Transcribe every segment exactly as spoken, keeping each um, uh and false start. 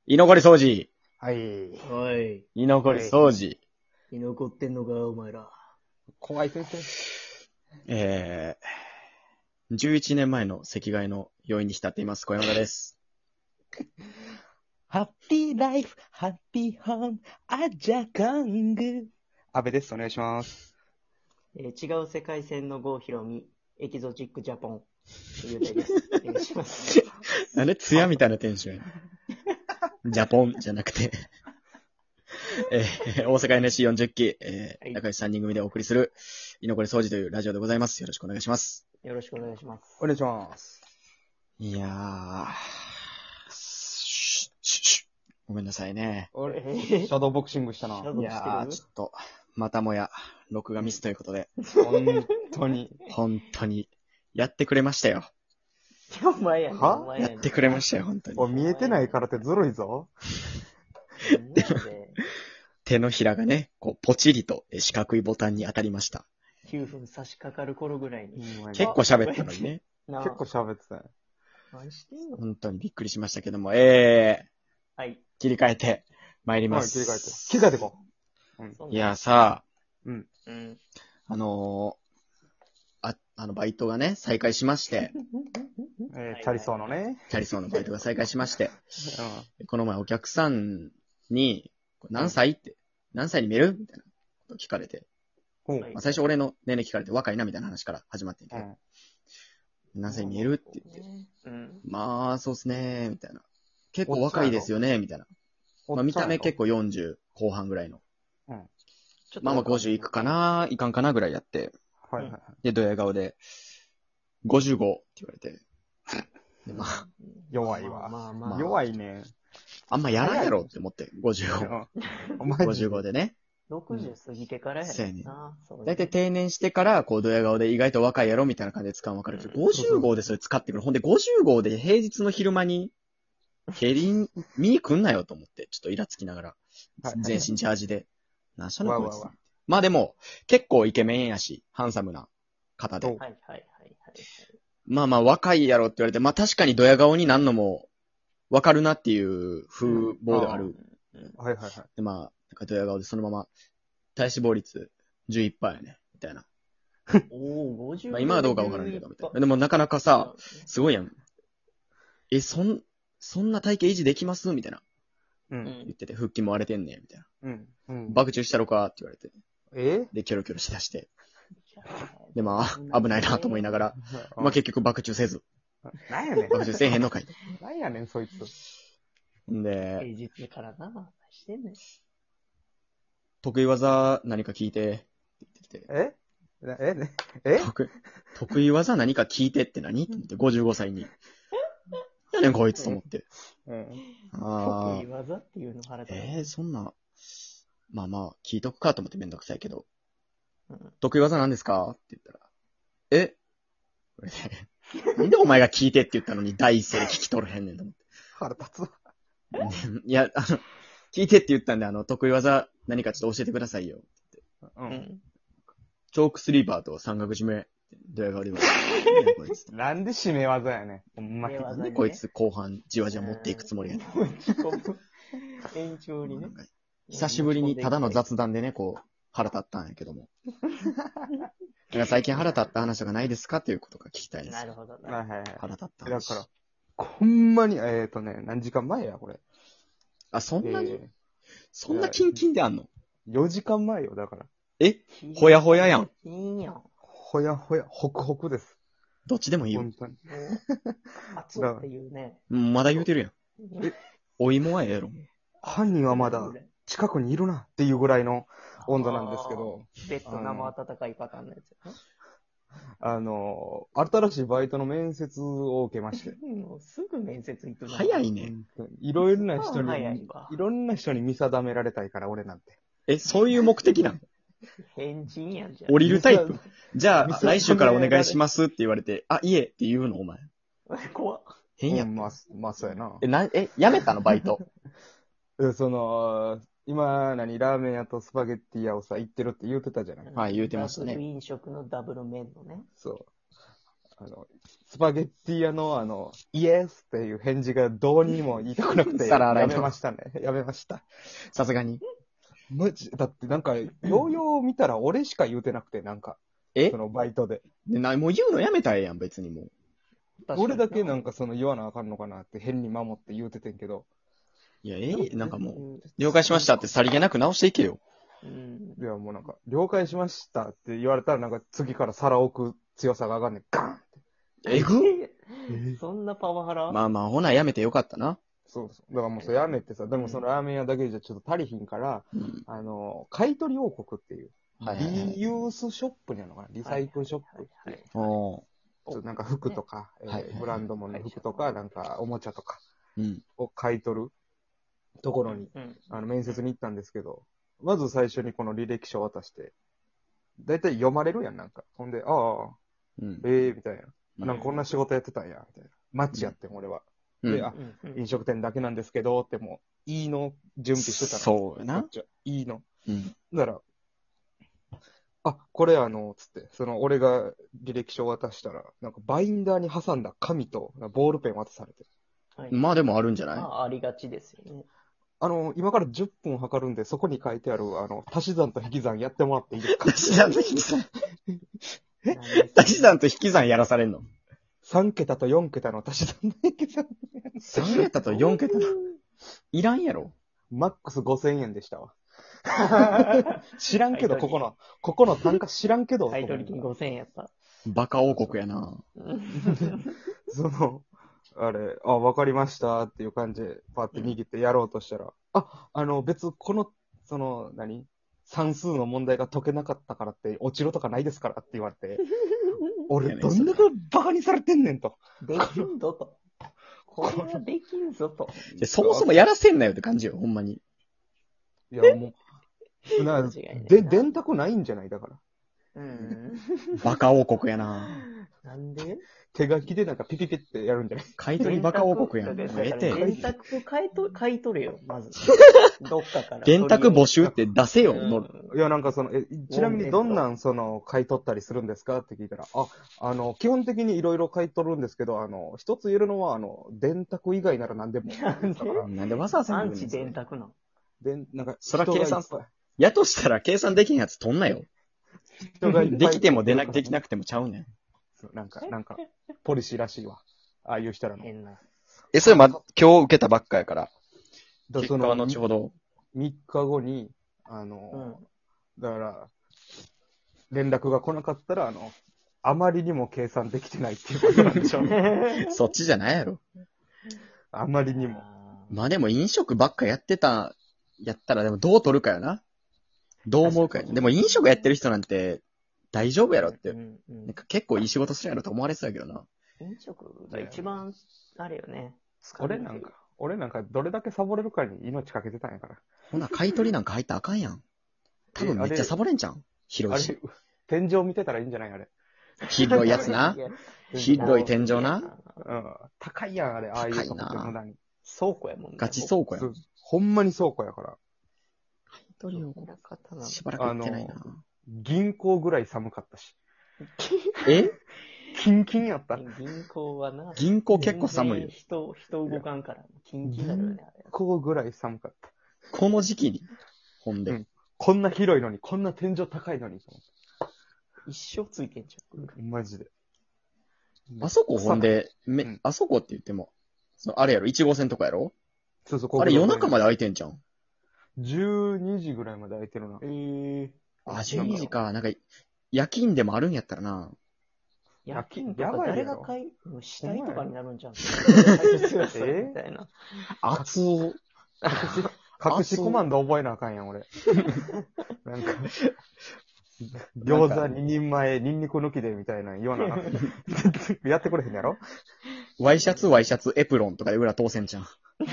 居残り掃除。 はい。 おい。 居残り掃除。 居残ってんのか、お前ら。 怖い先生。 えー、じゅういちねんまえの席替えの要因に浸っています。小山田です。 ハッピーライフ、ハッピーホーム、アジャカング。安倍です。お願いします。 えー違う世界線の郷ひろみ、エキゾチックジャポン、ゆうたいです。お願いします。 なんでツヤみたいなテンションやねん。ジャポンじゃなくて。えー、大阪 エヌエスシーよんじゅっ 期、えー、 はい仲良しさんにん組でお送りする、居残り掃除というラジオでございます。よろしくお願いします。 よろしくお願いします。 お願いします。 いやー、シュッシュッシュッごめんなさいね。 俺、 えシャドーボクシングしたな。 シャドーいやー、ちょっと、またもや、録画ミスということで、 本当に。 本当に、やってくれましたよ。 お前やねん。 はお前やねん。 やってくれましたよ、本当に。 お見えてないからってずるいぞ。 でで手のひらがね、こう、ポチリと四角いボタンに当たりました。 きゅうふん差し掛かる頃ぐらいに。 結構喋ったのにね。 なあ結構喋ってたよ。 何してんの本当にびっくりしましたけども、えー、 はい。 切り替えて参りまはい、 す。 切り替えて。切り替えてこそんなんいや、さうん。 うん。 あのー、あ、あの、バイトがね、再開しまして、 う。えー、チャリソーのね。 キャリソーのバイトが再開しまして、 うこの前お客さんに、何歳って、何歳に見えるみたいなことを聞かれて、 ん。ほう。 はいまあ、最初俺の年齢聞かれて若いなみたいな話から始まってんけど、 うん。 何歳に見えるって言って、 うん。 まあ、そうっすねみたいな。結構若いですよねみたいな。まあ、見た目結構。 構よんじゅう後半ぐらいの。 ちょっとまあまあごじゅういくかないかんかなぐらいやって。 はいはいはい。 で、ドヤ顔で、ごじゅうごって言われて。で、まあ、 弱いわ。 まあまあまあ。 弱いね。 あんまやらんやろって思って、ごじゅうご。 お前ごじゅうごでね。 ろくじゅう過ぎてからやそうやねな。そうだいたい定年してから、こう、ドヤ顔で意外と若いやろみたいな感じで使うの分かるけど、ごじゅうごでそれ使ってくる。ほんで、ごじゅうごで平日の昼間に、競輪見に来んなよと思って、ちょっとイラつきながら、 はい全身ジャージで。なしゃのこいつわわわ。 まあでも、結構イケメンやし、ハンサムな方で。 そうはいはいはいはい。 まあまあ若いやろって言われて、まあ確かにドヤ顔になんのも、わかるなっていう風貌ではある。 うんはいはいはい。 でまあ、なんかドヤ顔でそのまま、体脂肪率じゅういちパーセントやね、みたいな。 おー、ごじゅう。 まあ今はどうかわからんけど、みたいな。でもなかなかさ、すごいやん。え、そん、そんな体型維持できますみたいな。 う。 うん言っん。 てて、腹筋も荒れてんねん、みたいな。 うん。うん。 爆中したろかって言われて。 えで、キョロキョロしだして。で、まあ、危ないなと思いながら。まあ結局爆中せず。 なんやねん。 爆中せえへんのかい。 なんやねん、そいつ。 んで、 平日からな。何してんねん。 得意技何か聞いて、って言ってきて。 えなえねえ得、得意技何か聞いてって何と思って、ごじゅうごさいに。やねんこいつと思って。 うん。 あー、 得意技っていうの腹立つ。 えー、そんな、まあまあ、聞いとくかと思ってめんどくさいけど。 うん得意技何ですかって言ったら、えこれでなんでお前が聞いてって言ったのに第一声で聞き取れへんねんと思って。 腹立つわ。 いや、あの、聞いてって言ったんで、あの、得意技何かちょっと教えてくださいよ。 う。 うんん。 チョークスリーパーと三角締め。ドヤ顔で言われて。こいつ。 なんで締め技やねん。ほんまに。 締め技なんでこいつ後半じわじわ持っていくつもりやねん。 延長にね。 久しぶりにただの雑談でね、こう、腹立ったんやけども。だから最近腹立った話とかないですかということが聞きたいです。 なるほどはいな。 はいはい。 腹立っただ話。 から、ほんまに、えっとね、何時間前や、これ。 あ、そんなに、 えそんなキンキンであんのー、よじかんまえよ、だから。 えほやほややん。 いいやん。 ほやほや、ホクホクです。 どっちでもいいよ。 本当に。 もう、熱っていうね。 うんまだ言うてるやん。お芋はええやろ。 犯人はまだ近くにいるなっていうぐらいの温度なんですけど、 ベッド生温かいパターンのやつやあの、新しいバイトの面接を受けまして。 な。もうすぐ面接行くな。 早いね。 本当にいろいろな人に、 早いわいろんな人に見定められたいから、俺なんて。 え、そういう目的なの変人やんじゃん。 降りるタイプじゃあ、 見定め来週からお願いしますって言われて、あ、いえって言うのお前。 怖っ。 変やん。 うんまあ、まあ、そうやな。 え、な、え、やめたのバイト。 えその、今、何、ラーメン屋とスパゲッティ屋をさ、行ってるって言ってたじゃない。 はい言うてましたねダブル飲食のダブル麺のね。 そう。 あの、スパゲッティ屋のあの、イエスっていう返事がどうにも言いたくなくて、 皿洗いのやめましたね。やめました。 さすがに。 マジ、だってなんか、ようよう見たら俺しか言うてなくて、なんか、 えそのバイトで。 でなもう言うのやめたらええやん、別にもう。 俺だけなんかその言わなあかんのかなって変に守って言うててんけど。 いや、ええなんかもう、 う、 了解しましたってさりげなく直していけよ。 うん。 いやもうなんか、了解しましたって言われたらなんか次から皿置く強さが上がんねん。ガーンって。 えぐそんなパワハラまあまあ、ほなやめてよかったな。 そうそう。だからもうそれやめてさ、でもそのラーメン屋だけじゃちょっと足りひんから、 うん。 あの、買い取り王国っていう、 はいはいはいリユースショップにあるのかなリサイクルショップっていう。 おー。 ちょっとなんか服とか、えーはいはいはいブランド物の服とか、なんかおもちゃとかうん。 を買い取るところに、 うん。 あの、面接に行ったんですけど、まず最初にこの履歴書を渡して、だいたい読まれるやん、なんか。ほんで、ああ、 うん。 ええみたいな。 うんなんかこんな仕事やってたんや、みたいな。マッチやってん、俺は。 うんで、あ、 うんうん飲食店だけなんですけど、ってもう、いいの準備してたの。 そうやなこっちはいいの。 うん。 だから、あ、これあの、つって、その、俺が履歴書を渡したら、なんかバインダーに挟んだ紙とボールペン渡されて。 はいまあでもあるんじゃないまあ、ありがちですよね。 あの、今からじゅっぷん測るんで、そこに書いてある、あの、足し算と引き算やってもらっていいですか足し算と引き算。 なんで足し算と引き算やらされんの。 さん桁とよん桁の足し算と引き算。 さん桁とよん桁の。いらんやろ。 マックスごせんえんでしたわ。知らんけど、ここの、ここの単価知らんけど、 買い取り金ごせんえんやった。 バカ王国やな。 その、あれ、あ、わかりましたっていう感じで、パーって握ってやろうとしたら、あ、あの、別、この、その、何算数の問題が解けなかったからって、落ちろとかないですからって言われて、俺、どんなバカにされてんねんと。 できんぞと。これはできんぞと。 でそもそもやらせんなよって感じよ、ほんまに。 いや、もう、な、 間違いないなで、電卓ないんじゃないだから。 うん。 バカ王国やな。 なんで手書きでなんかピピピってやるんじゃない買い取りバカ王国やん。もうええて。 電卓買い取買い取れよ、まず。どっかから。 電卓募集って出せよ。 うんのいや、なんかその、え、ちなみにどんなん、その、買い取ったりするんですかって聞いたら、あ、あの、基本的にいろいろ買い取るんですけど、あの、一つ言えるのは、あの、電卓以外なら何でも。 なんでだから、 なんでわざわざアンチ言うねんそれ電卓なの。 で、なんか、 そら計算人がいっやとしたら計算できんやつ取んなよ。 ぱい人がいっぱいできても出な、できなくてもちゃうねん。 そうなんか、なんか、ポリシーらしいわ。ああいう人らの。 変な。 え、それま、今日受けたばっかやから。 だ結果は後ほど。 みっかごに、あの、だから、連絡が来なかったら、あの、あまりにも計算できてないっていうことなんでしょうね。 そっちじゃないやろ。 あまりにも。 まあでも飲食ばっかやってた、やったらでもどう取るかよな。どう思うかよ。でも飲食やってる人なんて大丈夫やろって。 うんうんなんか結構いい仕事するやろと思われてたけどな。 飲食が一番、あれよね。 俺なんか、俺なんかどれだけサボれるかに命かけてたんやから。 ほな買い取りなんか入ったらあかんやん。多分めっちゃサボれんじゃん。 あ広いしれ。、天井見てたらいいんじゃないあれ。 広いやつな。広い天井な。 うん。高いやん、あれ。ああいうとこって高いな無駄に。 倉庫やもんね。 ガチ倉庫やん。 そうほんまに倉庫やから。 買い取りを裏方なのしばらく行ってないな。 銀行ぐらい寒かったし。 えキンキンやった。 銀行はな。 銀行結構寒いよ全然。人、人動かんから。キンキンなるよね、あれ。 銀行ぐらい寒かった。 この時期に。ほんで。 うんこんな広いのに、こんな天井高いのにと思っ一生ついてんじゃん。 て。マジで。 あそこほんで、め、 うんあそこって言っても、そのあれやろ、いち号線とかやろそうそう、 あれ夜中まで。 で開いてんじゃん。 じゅうにじぐらいまで空いてるな。 ええあ、じゅうにじか。なんか、夜勤でもあるんやったらな。 夜勤とやかばいやろ誰が買い、もう死体とかになるんじゃん。 えみたいな。 熱を。 隠しコマンド覚えなあかんやん、俺。なんか、餃子ににんまえ、ニンニク抜きでみたいな言わなあかん。やってくれへんやろワイシャツ、ワイシャツ、エプロンとかで裏通せんじゃん。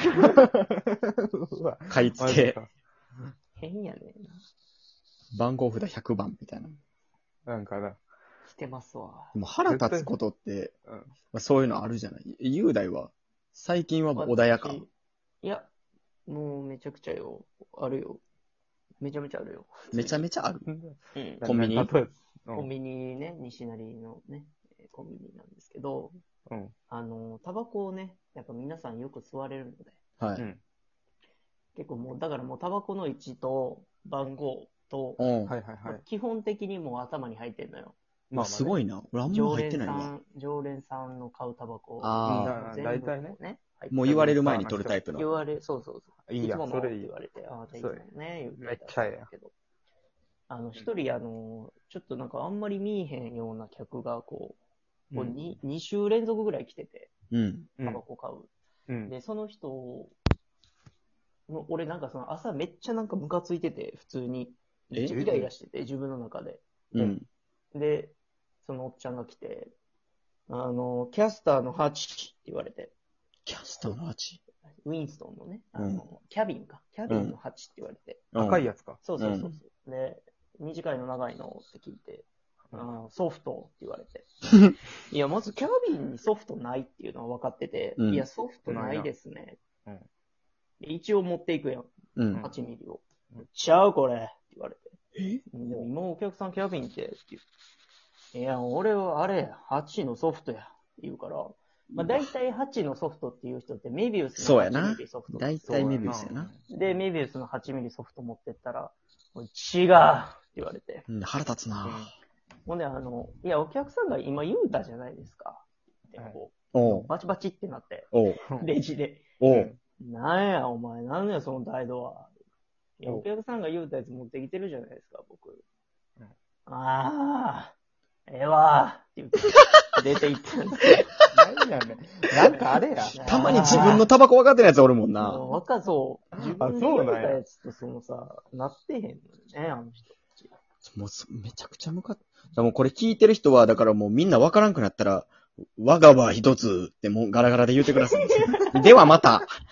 うわ買い付け、 マジか変やねんな。 番号札ひゃくばんみたいな。 なんかな。 来てますわ。 でも腹立つことって、 うんまあ、そういうのあるじゃない。雄大は、最近は穏やか。 いや、もうめちゃくちゃよ。あるよ。めちゃめちゃあるよ。 めちゃめちゃある。 うん。 コンビニ例えばうんコンビニね、西成のね、 えーコンビニなんですけど、 うん。 あの、タバコをね、やっぱ皆さんよく吸われるので、 はい。 うん。 結構もう、だからもうタバコの位置と番号と、 うん。 はいはいはい。 基本的にもう頭に入ってんのよ。 まあ、すごい。 いな。俺あんま常入ってないわ。 連さん、常連さんの買うタバコ。 ああ、 全部大体ねこうね。入ってもう言われる前に取るタイプの。 言われ、そうそうそう。 いいやつものってそれいい言われて、ああ、じゃあいつそれもね、言ってめっちゃええやんけど。あの、一人、あの、ちょっとなんかあんまり見えへんような客が、こう、こうに2週連続ぐらい来てて、 うん。 うんタバコ買う。 うん。 で、その人、の俺なんかその朝めっちゃなんかムカついてて、普通に。 えめっちゃイライラしてて、自分の中で。 うん。 で、そのおっちゃんが来て、あの、キャスターのハチって言われて、 キャスターの味。 ウィンストンのね、あうんの、キャビンか。キャビンのハチって言われて。 赤いやつか。 そうそうそうそう。で、短いの長いのって聞いて、あーソフトって言われて。いや、まずキャビンにソフトないっていうのは分かってて、 うんいや、ソフトないですね。 うん一応持っていくやん、 うん。 はちミリを。 うんちゃうこれって言われて。 えでも今お客さんキャビンってって言う。いや、俺はあれ、はちのソフトや。って言うから、まあ大体はちのソフトっていう人ってメビウスのはちそうやなミリソフト。 大体メビウスやな。 で、メビウスのはちミリソフト持ってったら、違うって言われて。 うん、腹立つな。 ほんで、あの、いや、お客さんが今言うたじゃないですか。ってこう、 おう。 バチバチってなって、 おう。 レジで。 おう。 なんや、お前、なんや、その態度は。いや、 おお客さんが言うたやつ持ってきてるじゃないですか、僕。 うんああ、ええわーって言って、出て行ったんですよ。 何やねん。なんかあれや。 たまに自分のタバコ分かってないやつおるもんな。 もうわかそう。自分で言うたやつとそのさ、なってへんのよね、あの人たち。 もうそ、めちゃくちゃ向かっ、だからもうこれ聞いてる人は、だからもうみんな分からんくなったら、我がは一つってもうガラガラで言ってください。ではまた。